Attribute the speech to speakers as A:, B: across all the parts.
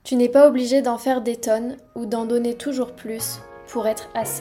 A: Tu n'es pas obligé d'en faire des tonnes ou d'en donner toujours plus pour être assez.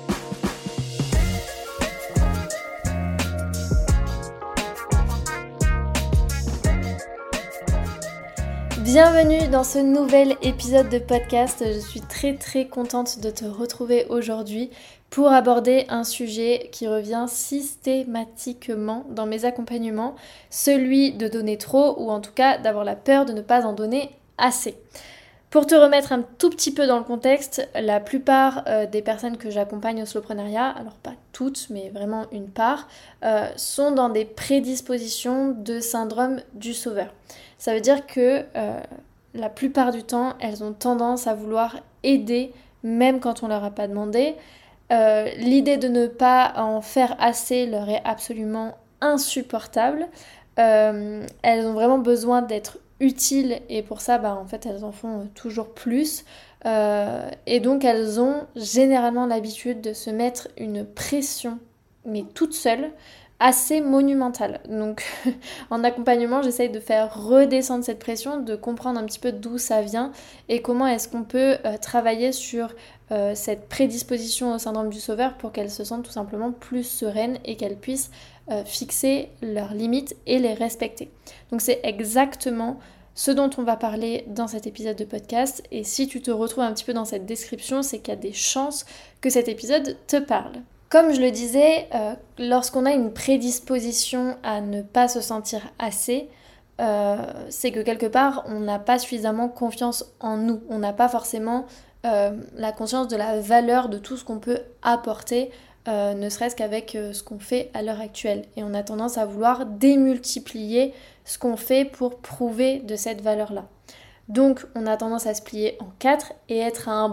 A: Bienvenue dans ce nouvel épisode de podcast. Je suis très contente de te retrouver aujourd'hui pour aborder un sujet qui revient systématiquement dans mes accompagnements, celui de donner trop ou en tout cas d'avoir la peur de ne pas en donner assez. Pour te remettre un tout petit peu dans le contexte, la plupart des personnes que j'accompagne au slowpreneuriat, alors pas toutes mais vraiment une part, sont dans des prédispositions de syndrome du sauveur. Ça veut dire que la plupart du temps, elles ont tendance à vouloir aider même quand on leur a pas demandé. L'idée de ne pas en faire assez leur est absolument insupportable. Elles ont vraiment besoin d'être utiles et pour ça, en fait, elles en font toujours plus. Et donc, elles ont généralement l'habitude de se mettre une pression, mais toute seule, assez monumentale. Donc, en accompagnement, j'essaye de faire redescendre cette pression, de comprendre un petit peu d'où ça vient et comment est-ce qu'on peut travailler sur cette prédisposition au syndrome du sauveur pour qu'elles se sentent tout simplement plus sereines et qu'elles puissent fixer leurs limites et les respecter. Donc c'est exactement ce dont on va parler dans cet épisode de podcast, et si tu te retrouves un petit peu dans cette description, c'est qu'il y a des chances que cet épisode te parle. Comme je le disais, lorsqu'on a une prédisposition à ne pas se sentir assez, c'est que quelque part on n'a pas suffisamment confiance en nous, on n'a pas forcément la conscience de la valeur de tout ce qu'on peut apporter, ne serait-ce qu'avec ce qu'on fait à l'heure actuelle. Et on a tendance à vouloir démultiplier ce qu'on fait pour prouver de cette valeur-là. Donc on a tendance à se plier en quatre et être un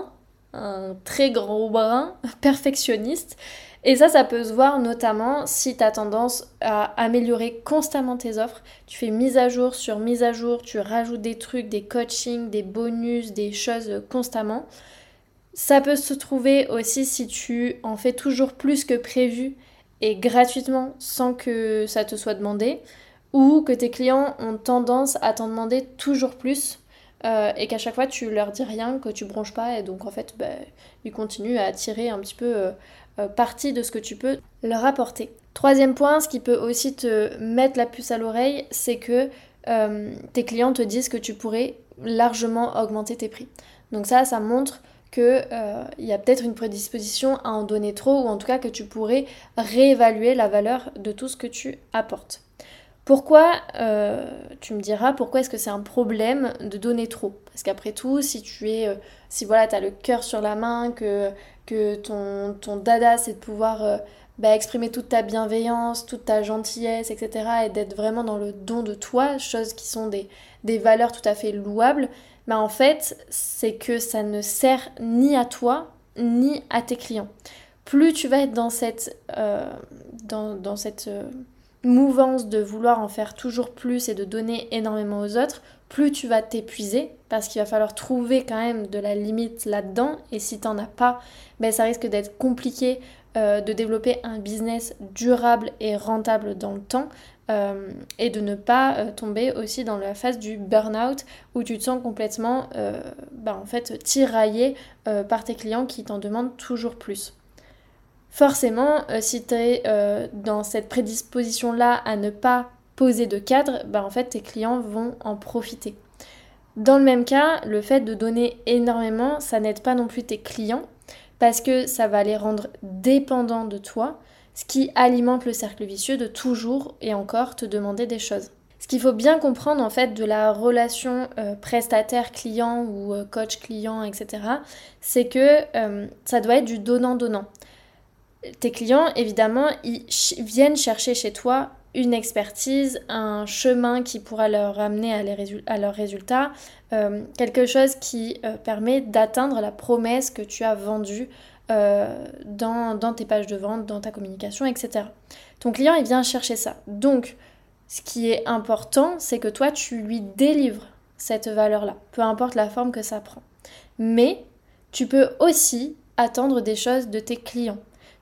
A: très gros brin perfectionniste. Et ça peut se voir notamment si tu as tendance à améliorer constamment tes offres. Tu fais mise à jour sur mise à jour, tu rajoutes des trucs, des coachings, des bonus, des choses constamment. Ça peut se trouver aussi si tu en fais toujours plus que prévu et gratuitement sans que ça te soit demandé, ou que tes clients ont tendance à t'en demander toujours plus et qu'à chaque fois tu leur dis rien, que tu bronches pas, et donc en fait ils continuent à tirer un petit peu partie de ce que tu peux leur apporter. Troisième point, ce qui peut aussi te mettre la puce à l'oreille, c'est que tes clients te disent que tu pourrais largement augmenter tes prix. Donc ça montre qu'il y a peut-être une prédisposition à en donner trop, ou en tout cas que tu pourrais réévaluer la valeur de tout ce que tu apportes. Pourquoi, tu me diras, pourquoi est-ce que c'est un problème de donner trop ? Parce qu'après tout, si t'as le cœur sur la main, que ton dada c'est de pouvoir exprimer toute ta bienveillance, toute ta gentillesse, etc. et d'être vraiment dans le don de toi, choses qui sont des valeurs tout à fait louables, en fait, c'est que ça ne sert ni à toi, ni à tes clients. Plus tu vas être dans cette mouvance de vouloir en faire toujours plus et de donner énormément aux autres, plus tu vas t'épuiser, parce qu'il va falloir trouver quand même de la limite là-dedans, et si t'en as pas, ça risque d'être compliqué de développer un business durable et rentable dans le temps, et de ne pas tomber aussi dans la phase du burn-out où tu te sens complètement tiraillé par tes clients qui t'en demandent toujours plus. Forcément, si tu es dans cette prédisposition-là à ne pas poser de cadre, en fait tes clients vont en profiter. Dans le même cas, le fait de donner énormément, ça n'aide pas non plus tes clients, parce que ça va les rendre dépendants de toi, ce qui alimente le cercle vicieux de toujours et encore te demander des choses. Ce qu'il faut bien comprendre en fait de la relation prestataire-client ou coach-client, etc., c'est que ça doit être du donnant-donnant. Tes clients, évidemment, ils viennent chercher chez toi une expertise, un chemin qui pourra leur amener à leurs résultats, quelque chose qui permet d'atteindre la promesse que tu as vendue dans tes pages de vente, dans ta communication, etc. Ton client, il vient chercher ça. Donc, ce qui est important, c'est que toi, tu lui délivres cette valeur-là, peu importe la forme que ça prend. Mais tu peux aussi attendre des choses de tes clients.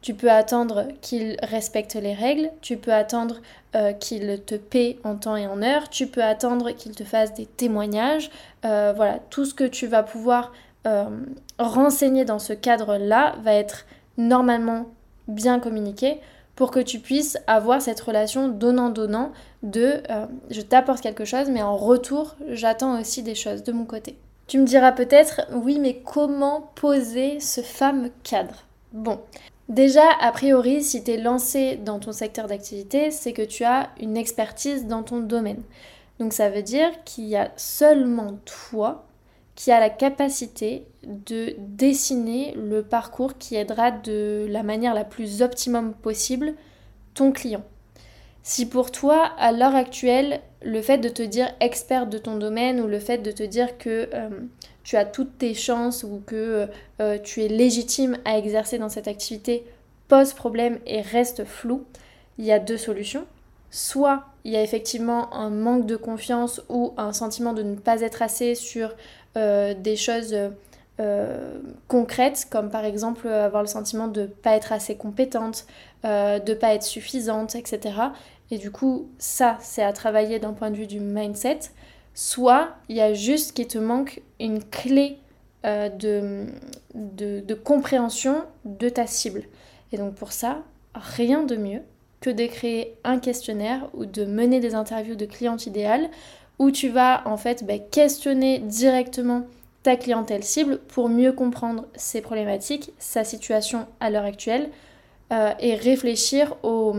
A: Tu peux attendre qu'il respecte les règles, tu peux attendre qu'il te paie en temps et en heure, tu peux attendre qu'il te fasse des témoignages. Voilà, tout ce que tu vas pouvoir renseigner dans ce cadre-là va être normalement bien communiqué pour que tu puisses avoir cette relation donnant-donnant de je t'apporte quelque chose, mais en retour, j'attends aussi des choses de mon côté. Tu me diras peut-être, oui, mais comment poser ce fameux cadre ? Bon, déjà, a priori, si tu es lancé dans ton secteur d'activité, c'est que tu as une expertise dans ton domaine. Donc ça veut dire qu'il y a seulement toi qui a la capacité de dessiner le parcours qui aidera de la manière la plus optimum possible ton client. Si pour toi, à l'heure actuelle, le fait de te dire experte de ton domaine ou le fait de te dire que tu as toutes tes chances ou que tu es légitime à exercer dans cette activité pose problème et reste flou, il y a deux solutions. Soit il y a effectivement un manque de confiance ou un sentiment de ne pas être assez sur des choses concrètes, comme par exemple avoir le sentiment de ne pas être assez compétente, de ne pas être suffisante, etc. Et du coup, ça, c'est à travailler d'un point de vue du mindset. Soit il y a juste qu'il te manque une clé de compréhension de ta cible. Et donc pour ça, rien de mieux que de créer un questionnaire ou de mener des interviews de clientes idéales où tu vas en fait questionner directement ta clientèle cible pour mieux comprendre ses problématiques, sa situation à l'heure actuelle et réfléchir au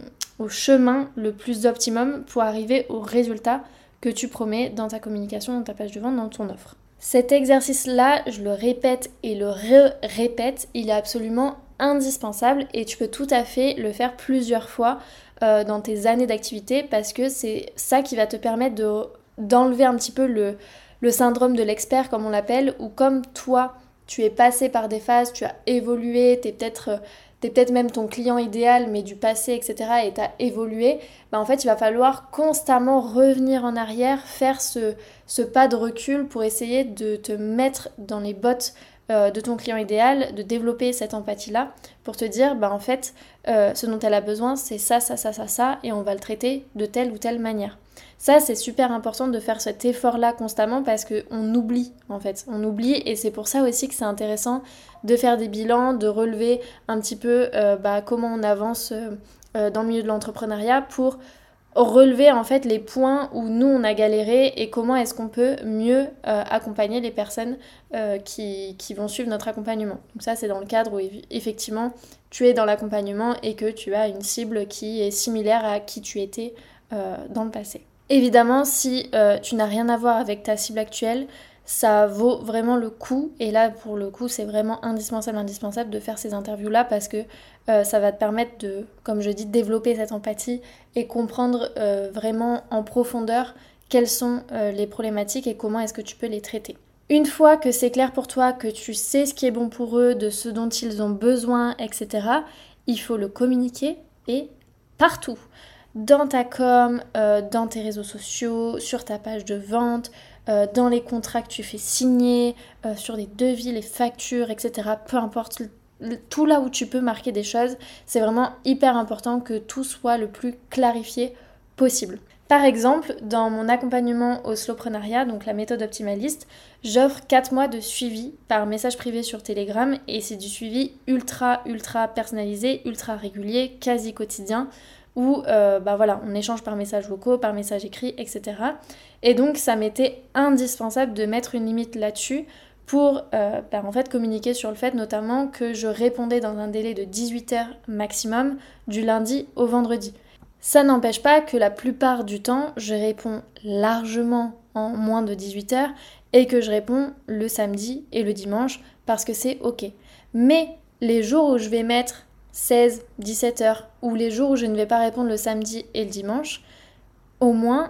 A: chemin le plus optimum pour arriver au résultat que tu promets dans ta communication, dans ta page de vente, dans ton offre. Cet exercice-là, je le répète et le répète, il est absolument indispensable et tu peux tout à fait le faire plusieurs fois dans tes années d'activité parce que c'est ça qui va te permettre d'enlever un petit peu le syndrome de l'expert comme on l'appelle, où comme toi tu es passé par des phases, tu as évolué, t'es peut-être même ton client idéal mais du passé etc. et t'as évolué, en fait il va falloir constamment revenir en arrière, faire ce pas de recul pour essayer de te mettre dans les bottes de ton client idéal, de développer cette empathie-là pour te dire, en fait, ce dont elle a besoin, c'est ça, et on va le traiter de telle ou telle manière. Ça, c'est super important de faire cet effort-là constamment parce qu'on oublie, en fait. On oublie et c'est pour ça aussi que c'est intéressant de faire des bilans, de relever un petit peu comment on avance dans le milieu de l'entrepreneuriat pour relever en fait les points où nous on a galéré et comment est-ce qu'on peut mieux accompagner les personnes qui vont suivre notre accompagnement. Donc ça c'est dans le cadre où effectivement tu es dans l'accompagnement et que tu as une cible qui est similaire à qui tu étais dans le passé. Évidemment si tu n'as rien à voir avec ta cible actuelle, ça vaut vraiment le coup et là pour le coup c'est vraiment indispensable de faire ces interviews là parce que ça va te permettre de, comme je dis, développer cette empathie et comprendre vraiment en profondeur quelles sont les problématiques et comment est-ce que tu peux les traiter. Une fois que c'est clair pour toi, que tu sais ce qui est bon pour eux, de ce dont ils ont besoin, etc., il faut le communiquer et partout. Dans ta com, dans tes réseaux sociaux, sur ta page de vente, dans les contrats que tu fais signer, sur les devis, les factures, etc. Peu importe, tout là où tu peux marquer des choses, c'est vraiment hyper important que tout soit le plus clarifié possible. Par exemple, dans mon accompagnement au slowpreneuriat, donc la méthode optimaliste, j'offre 4 mois de suivi par message privé sur Telegram et c'est du suivi ultra personnalisé, ultra régulier, quasi quotidien où on échange par messages vocaux, par messages écrits, etc. Et donc ça m'était indispensable de mettre une limite là-dessus pour en fait communiquer sur le fait notamment que je répondais dans un délai de 18 heures maximum du lundi au vendredi. Ça n'empêche pas que la plupart du temps, je réponds largement en moins de 18 heures et que je réponds le samedi et le dimanche parce que c'est ok. Mais les jours où je vais mettre 16, 17 heures ou les jours où je ne vais pas répondre le samedi et le dimanche, au moins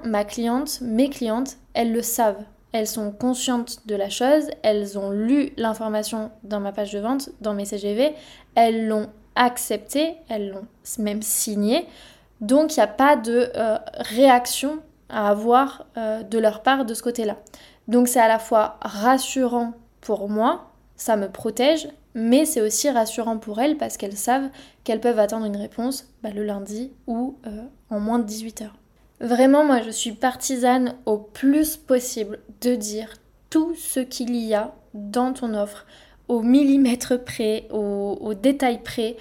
A: mes clientes, elles le savent. Elles sont conscientes de la chose, elles ont lu l'information dans ma page de vente, dans mes CGV, elles l'ont accepté, elles l'ont même signé. Donc il n'y a pas de réaction à avoir de leur part de ce côté-là. Donc c'est à la fois rassurant pour moi, ça me protège, mais c'est aussi rassurant pour elles parce qu'elles savent qu'elles peuvent attendre une réponse le lundi ou en moins de 18 heures. Vraiment, moi je suis partisane au plus possible de dire tout ce qu'il y a dans ton offre, au millimètre près, au détail près,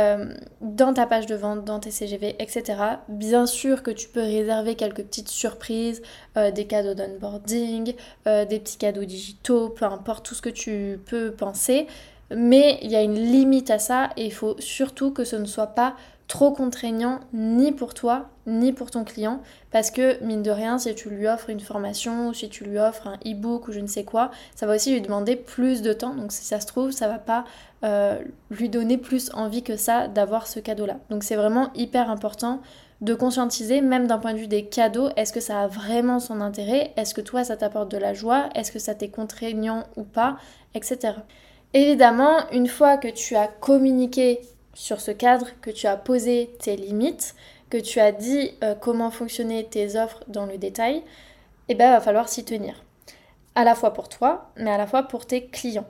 A: dans ta page de vente, dans tes CGV, etc. Bien sûr que tu peux réserver quelques petites surprises, des cadeaux d'onboarding, des petits cadeaux digitaux, peu importe tout ce que tu peux penser, mais il y a une limite à ça et il faut surtout que ce ne soit pas trop contraignant ni pour toi ni pour ton client parce que mine de rien si tu lui offres une formation ou si tu lui offres un e-book ou je ne sais quoi ça va aussi lui demander plus de temps donc si ça se trouve ça va pas lui donner plus envie que ça d'avoir ce cadeau là donc c'est vraiment hyper important de conscientiser même d'un point de vue des cadeaux est-ce que ça a vraiment son intérêt est-ce que toi ça t'apporte de la joie est-ce que ça t'est contraignant ou pas etc. Évidemment une fois que tu as communiqué sur ce cadre, que tu as posé tes limites, que tu as dit comment fonctionnaient tes offres dans le détail, il va falloir s'y tenir. À la fois pour toi, mais à la fois pour tes clients.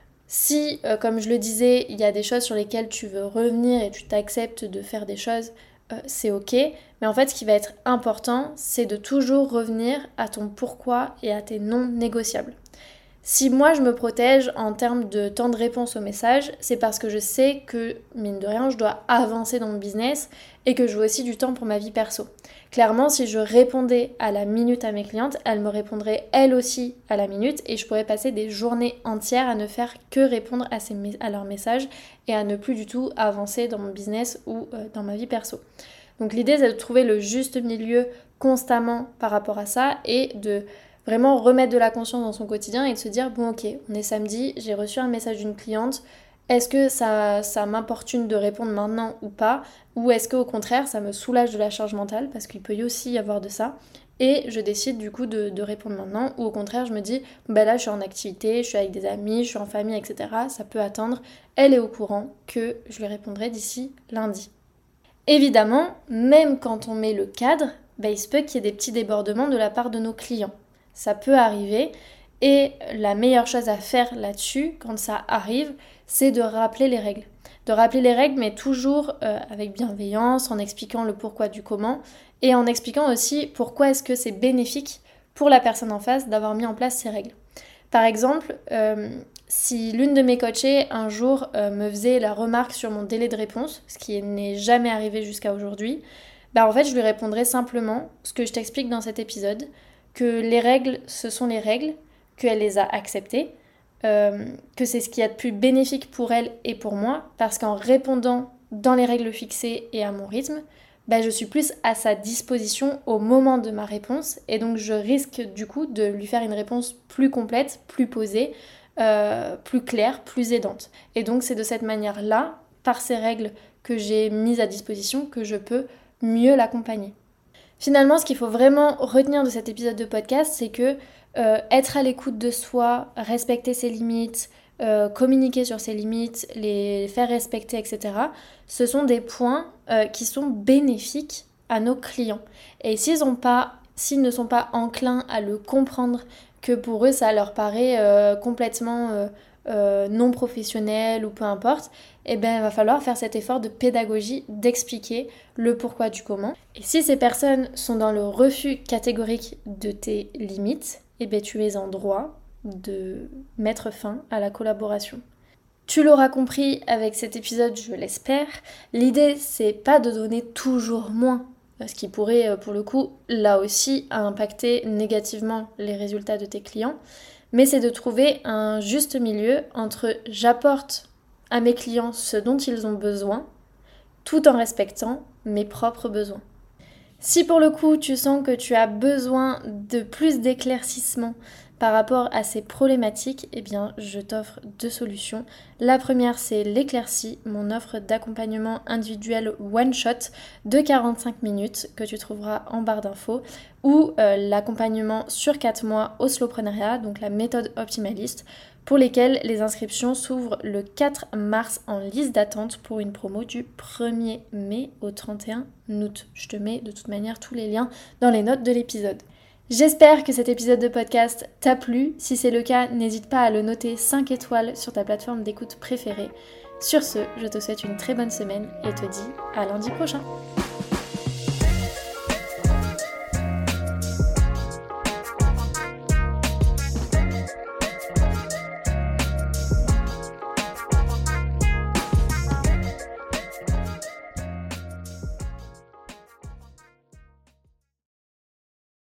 A: Si, comme je le disais, il y a des choses sur lesquelles tu veux revenir et tu t'acceptes de faire des choses, c'est ok. Mais en fait, ce qui va être important, c'est de toujours revenir à ton pourquoi et à tes non négociables. Si moi je me protège en termes de temps de réponse aux messages, c'est parce que je sais que, mine de rien, je dois avancer dans mon business et que je veux aussi du temps pour ma vie perso. Clairement, si je répondais à la minute à mes clientes, elles me répondraient elles aussi à la minute et je pourrais passer des journées entières à ne faire que répondre à leurs messages et à ne plus du tout avancer dans mon business ou dans ma vie perso. Donc l'idée c'est de trouver le juste milieu constamment par rapport à ça et de vraiment remettre de la conscience dans son quotidien et de se dire bon ok, on est samedi, j'ai reçu un message d'une cliente, est-ce que ça m'importune de répondre maintenant ou pas? Ou est-ce qu'au contraire ça me soulage de la charge mentale parce qu'il peut y aussi y avoir de ça et je décide du coup de répondre maintenant ou au contraire je me dis là je suis en activité, je suis avec des amis, je suis en famille etc. Ça peut attendre, elle est au courant que je lui répondrai d'ici lundi. Évidemment, même quand on met le cadre, il se peut qu'il y ait des petits débordements de la part de nos clients. Ça peut arriver et la meilleure chose à faire là-dessus, quand ça arrive, c'est de rappeler les règles. De rappeler les règles, mais toujours avec bienveillance, en expliquant le pourquoi du comment et en expliquant aussi pourquoi est-ce que c'est bénéfique pour la personne en face d'avoir mis en place ces règles. Par exemple, si l'une de mes coachées un jour me faisait la remarque sur mon délai de réponse, ce qui n'est jamais arrivé jusqu'à aujourd'hui, en fait je lui répondrais simplement ce que je t'explique dans cet épisode, que les règles, ce sont les règles, qu'elle les a acceptées, que c'est ce qu'il y a de plus bénéfique pour elle et pour moi, parce qu'en répondant dans les règles fixées et à mon rythme, je suis plus à sa disposition au moment de ma réponse, et donc je risque du coup de lui faire une réponse plus complète, plus posée, plus claire, plus aidante. Et donc c'est de cette manière-là, par ces règles que j'ai mises à disposition, que je peux mieux l'accompagner. Finalement, ce qu'il faut vraiment retenir de cet épisode de podcast, c'est que être à l'écoute de soi, respecter ses limites, communiquer sur ses limites, les faire respecter, etc., ce sont des points qui sont bénéfiques à nos clients. Et s'ils ne sont pas enclins à le comprendre, que pour eux ça leur paraît complètement non professionnel ou peu importe, il va falloir faire cet effort de pédagogie, d'expliquer le pourquoi du comment. Et si ces personnes sont dans le refus catégorique de tes limites, tu es en droit de mettre fin à la collaboration. Tu l'auras compris avec cet épisode, je l'espère, l'idée c'est pas de donner toujours moins, ce qui pourrait pour le coup là aussi impacter négativement les résultats de tes clients, mais c'est de trouver un juste milieu entre j'apporte à mes clients ce dont ils ont besoin, tout en respectant mes propres besoins. Si pour le coup tu sens que tu as besoin de plus d'éclaircissement par rapport à ces problématiques, je t'offre 2 solutions. La première, c'est l'éclaircie, mon offre d'accompagnement individuel one-shot de 45 minutes que tu trouveras en barre d'infos, ou l'accompagnement sur 4 mois au slowpreneuriat, donc la méthode optimaliste, pour lesquels les inscriptions s'ouvrent le 4 mars en liste d'attente pour une promo du 1er mai au 31 août. Je te mets de toute manière tous les liens dans les notes de l'épisode. J'espère que cet épisode de podcast t'a plu. Si c'est le cas, n'hésite pas à le noter 5 étoiles sur ta plateforme d'écoute préférée. Sur ce, je te souhaite une très bonne semaine et te dis à lundi prochain.